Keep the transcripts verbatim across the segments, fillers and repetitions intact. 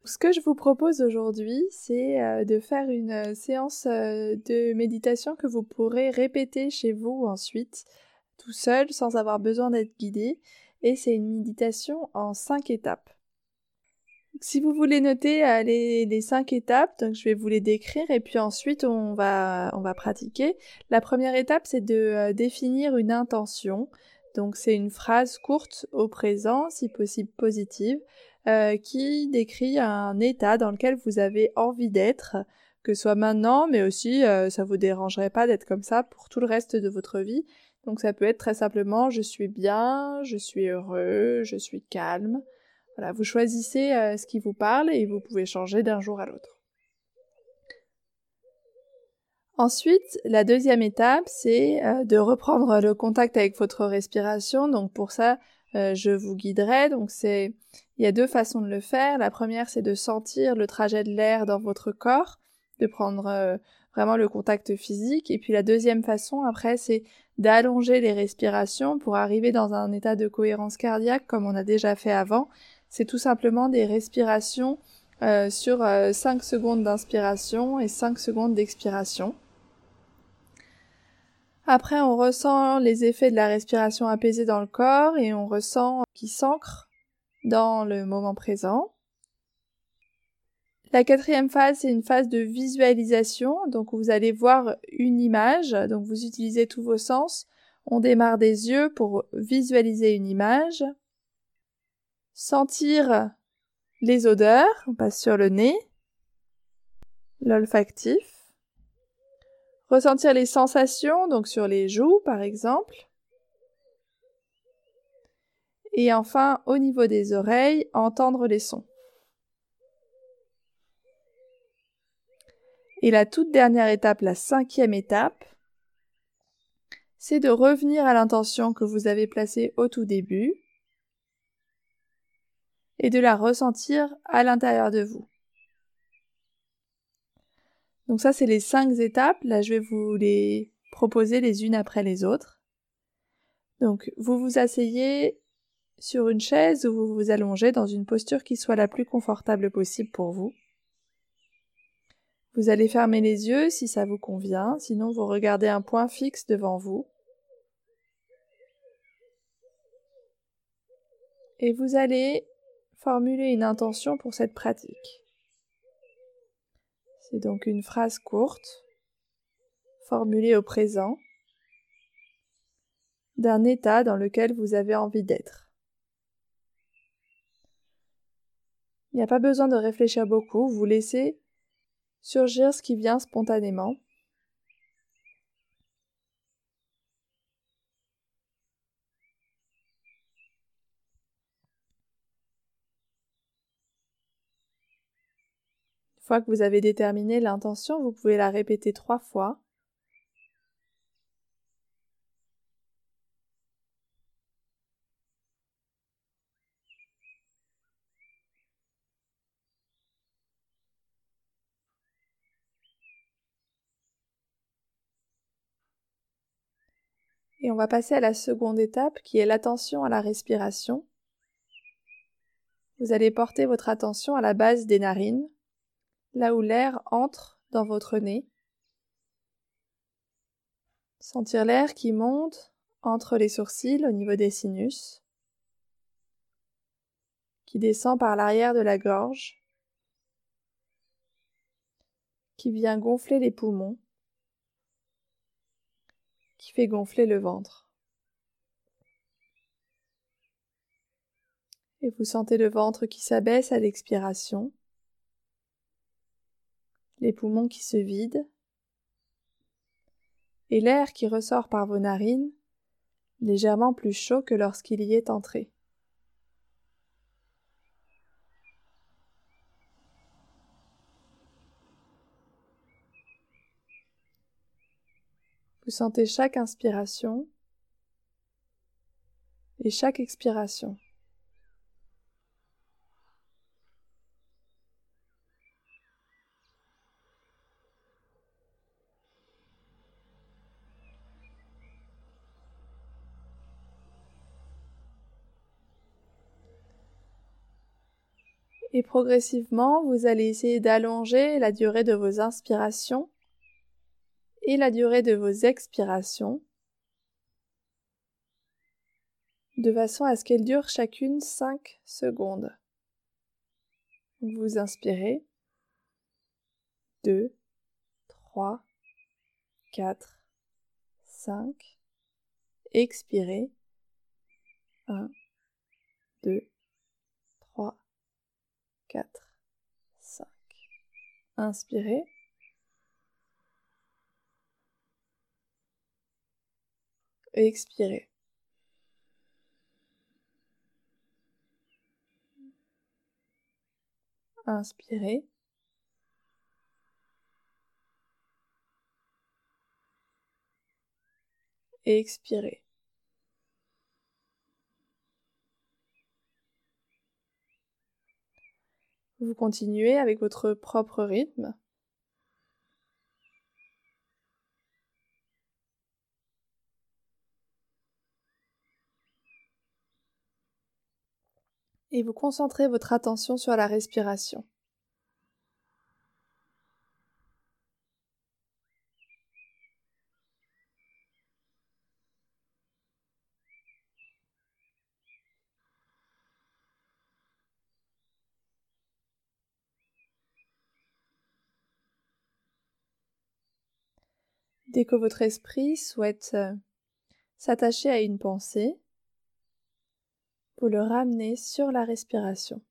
ce que je vous propose aujourd'hui, c'est euh, de faire une euh, séance euh, de méditation que vous pourrez répéter chez vous ensuite, tout seul, sans avoir besoin d'être guidé. Et c'est une méditation en cinq étapes. Si vous voulez noter euh, les, les cinq étapes, donc je vais vous les décrire et puis ensuite on va, on va pratiquer. La première étape, c'est de euh, définir une intention. Donc c'est une phrase courte au présent, si possible positive, euh, qui décrit un état dans lequel vous avez envie d'être, que ce soit maintenant, mais aussi euh, ça vous dérangerait pas d'être comme ça pour tout le reste de votre vie. Donc ça peut être très simplement je suis bien, je suis heureux, je suis calme. Voilà, vous choisissez euh, ce qui vous parle et vous pouvez changer d'un jour à l'autre. Ensuite, la deuxième étape, c'est euh, de reprendre le contact avec votre respiration. Donc pour ça, euh, je vous guiderai. Donc c'est, il y a deux façons de le faire. La première, c'est de sentir le trajet de l'air dans votre corps, de prendre euh, vraiment le contact physique. Et puis la deuxième façon, après, c'est d'allonger les respirations pour arriver dans un état de cohérence cardiaque comme on a déjà fait avant. C'est tout simplement des respirations euh, sur euh, cinq secondes d'inspiration et cinq secondes d'expiration. Après, on ressent les effets de la respiration apaisée dans le corps et on ressent qu'il s'ancre dans le moment présent. La quatrième phase, c'est une phase de visualisation. Donc, vous allez voir une image. Donc, vous utilisez tous vos sens. On démarre des yeux pour visualiser une image. Sentir les odeurs. On passe sur le nez. L'olfactif. Ressentir les sensations, donc sur les joues, par exemple. Et enfin, au niveau des oreilles, entendre les sons. Et la toute dernière étape, la cinquième étape, c'est de revenir à l'intention que vous avez placée au tout début et de la ressentir à l'intérieur de vous. Donc ça, c'est les cinq étapes. Là, je vais vous les proposer les unes après les autres. Donc, vous vous asseyez sur une chaise ou vous vous allongez dans une posture qui soit la plus confortable possible pour vous. Vous allez fermer les yeux si ça vous convient, sinon vous regardez un point fixe devant vous. Et vous allez formuler une intention pour cette pratique. C'est donc une phrase courte, formulée au présent, d'un état dans lequel vous avez envie d'être. Il n'y a pas besoin de réfléchir beaucoup, vous laissez surgir ce qui vient spontanément. Une fois que vous avez déterminé l'intention, vous pouvez la répéter trois fois. Et on va passer à la seconde étape qui est l'attention à la respiration. Vous allez porter votre attention à la base des narines, là où l'air entre dans votre nez. Sentir l'air qui monte entre les sourcils au niveau des sinus, qui descend par l'arrière de la gorge, qui vient gonfler les poumons, qui fait gonfler le ventre. Et vous sentez le ventre qui s'abaisse à l'expiration, les poumons qui se vident, et l'air qui ressort par vos narines, légèrement plus chaud que lorsqu'il y est entré. Vous sentez chaque inspiration et chaque expiration. Et progressivement, vous allez essayer d'allonger la durée de vos inspirations et la durée de vos expirations, de façon à ce qu'elles durent chacune cinq secondes. Vous inspirez, deux, trois, quatre, cinq, expirez, un, deux, trois, quatre, cinq. Inspirez. Expirez. Inspirez. Expirez. Vous continuez avec votre propre rythme. Et vous concentrez votre attention sur la respiration. Dès que votre esprit souhaite euh, s'attacher à une pensée, vous le ramenez sur la respiration.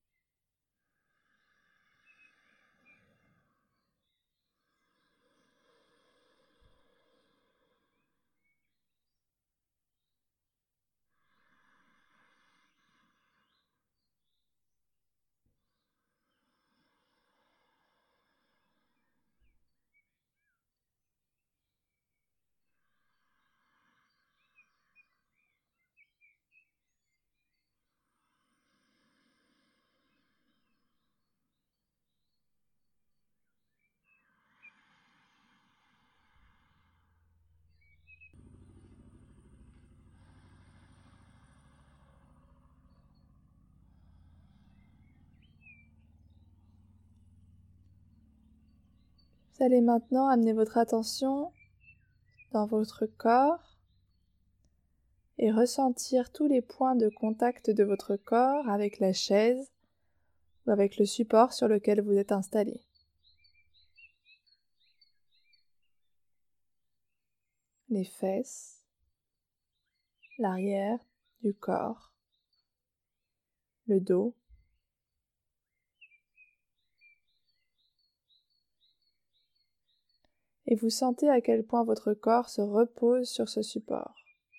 Vous allez maintenant amener votre attention dans votre corps et ressentir tous les points de contact de votre corps avec la chaise ou avec le support sur lequel vous êtes installé. Les fesses, l'arrière du corps, le dos, et vous sentez à quel point votre corps se repose sur ce support.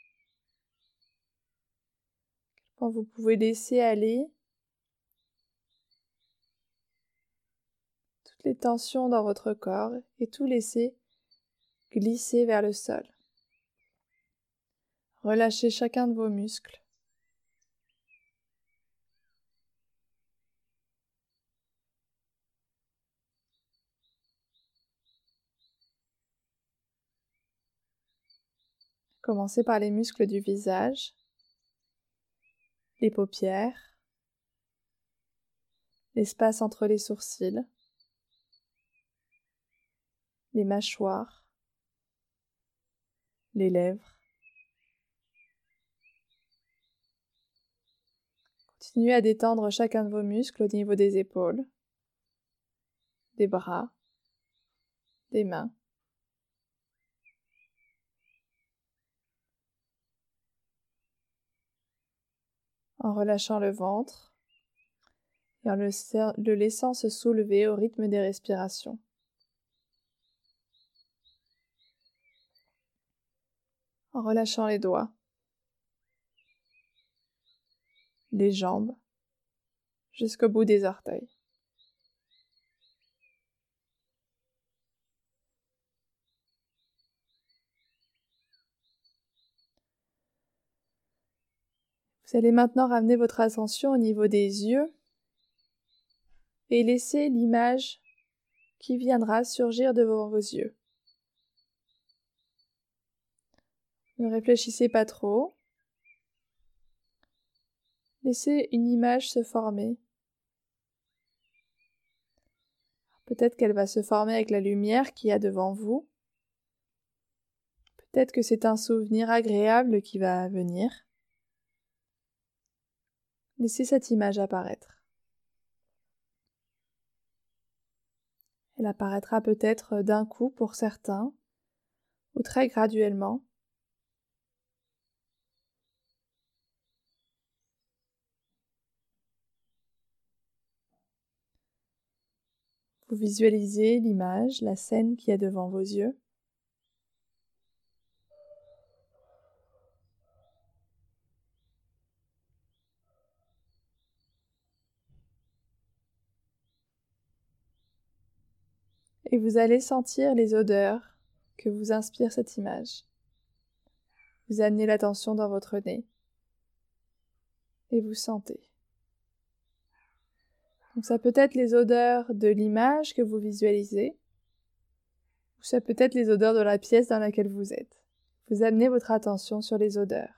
Quand vous pouvez laisser aller toutes les tensions dans votre corps et tout laisser glisser vers le sol. Relâchez chacun de vos muscles. Commencez par les muscles du visage, les paupières, l'espace entre les sourcils, les mâchoires, les lèvres. Continuez à détendre chacun de vos muscles au niveau des épaules, des bras, des mains. En relâchant le ventre et en le, le laissant se soulever au rythme des respirations. En relâchant les doigts, les jambes, jusqu'au bout des orteils. Vous allez maintenant ramener votre attention au niveau des yeux et laisser l'image qui viendra surgir devant vos yeux. Ne réfléchissez pas trop. Laissez une image se former Peut-être qu'elle va se former avec la lumière qu'il y a devant vous. Peut-être que c'est un souvenir agréable qui va venir. Laissez cette image apparaître. Elle apparaîtra peut-être d'un coup pour certains, ou très graduellement. Vous visualisez l'image, la scène qui est devant vos yeux. Et vous allez sentir les odeurs que vous inspire cette image. Vous amenez l'attention dans votre nez et vous sentez. Donc ça peut être les odeurs de l'image que vous visualisez, ou ça peut être les odeurs de la pièce dans laquelle vous êtes. Vous amenez votre attention sur les odeurs.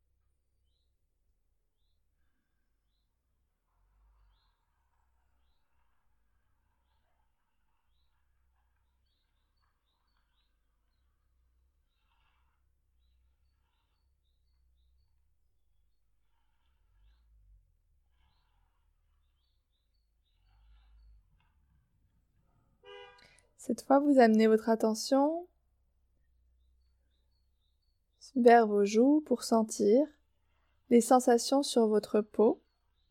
Cette fois, vous amenez votre attention vers vos joues pour sentir les sensations sur votre peau.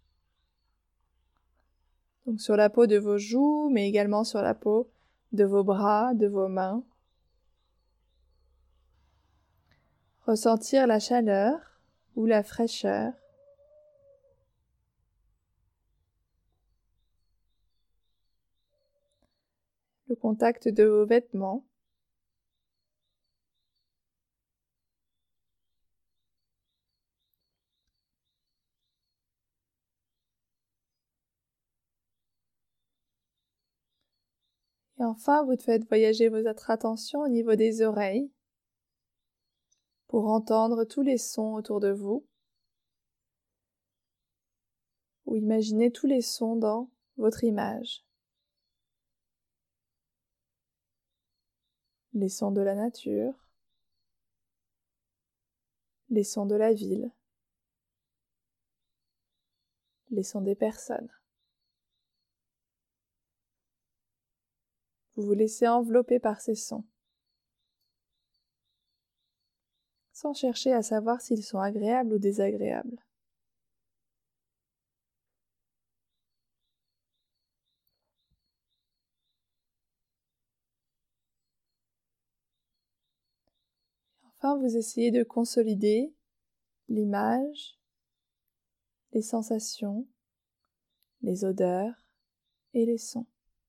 Donc sur la peau de vos joues, mais également sur la peau de vos bras, de vos mains. Ressentir la chaleur ou la fraîcheur. Le contact de vos vêtements. Et enfin, vous faites voyager votre attention au niveau des oreilles pour entendre tous les sons autour de vous, ou imaginez tous les sons dans votre image. Les sons de la nature, les sons de la ville, les sons des personnes. Vous vous laissez envelopper par ces sons, sans chercher à savoir s'ils sont agréables ou désagréables. Enfin, vous essayez de consolider l'image, les sensations, les odeurs et les sons.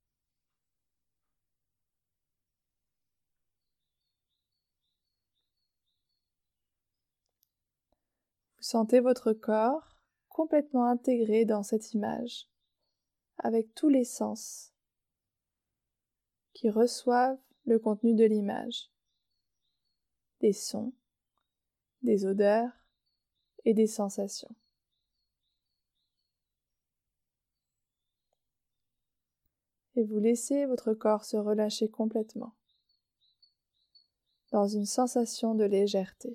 Vous sentez votre corps complètement intégré dans cette image, avec tous les sens qui reçoivent le contenu de l'image, des sons, des odeurs et des sensations. Et vous laissez votre corps se relâcher complètement, dans une sensation de légèreté.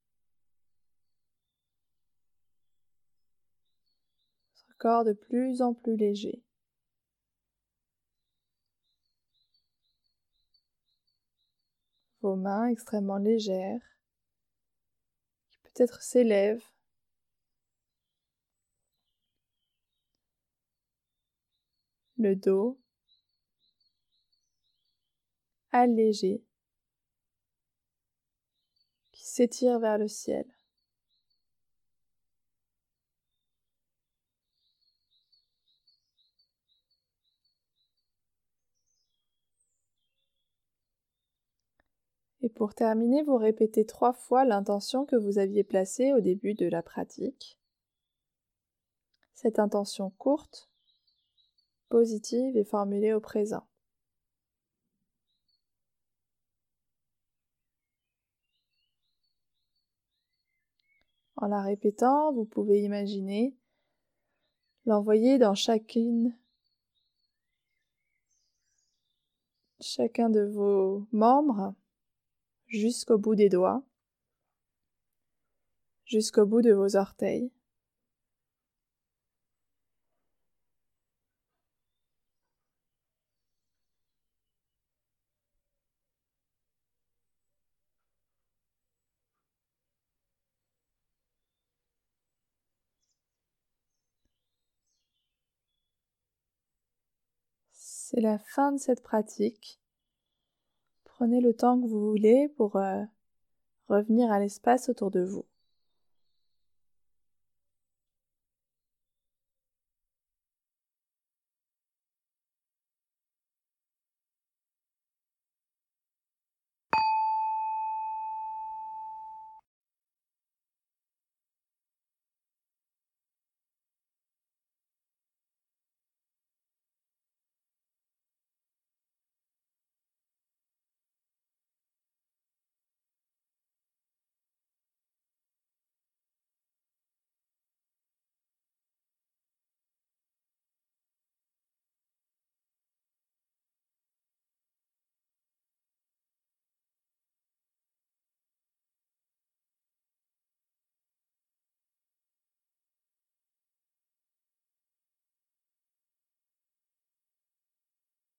Votre corps de plus en plus léger. Vos mains extrêmement légères, qui peut-être s'élèvent. Le dos allégé, qui s'étire vers le ciel. Et pour terminer, vous répétez trois fois l'intention que vous aviez placée au début de la pratique. Cette intention courte, positive et formulée au présent. En la répétant, vous pouvez imaginer l'envoyer dans chacune chacun de vos membres jusqu'au bout des doigts, jusqu'au bout de vos orteils. C'est la fin de cette pratique. Prenez le temps que vous voulez pour euh, revenir à l'espace autour de vous.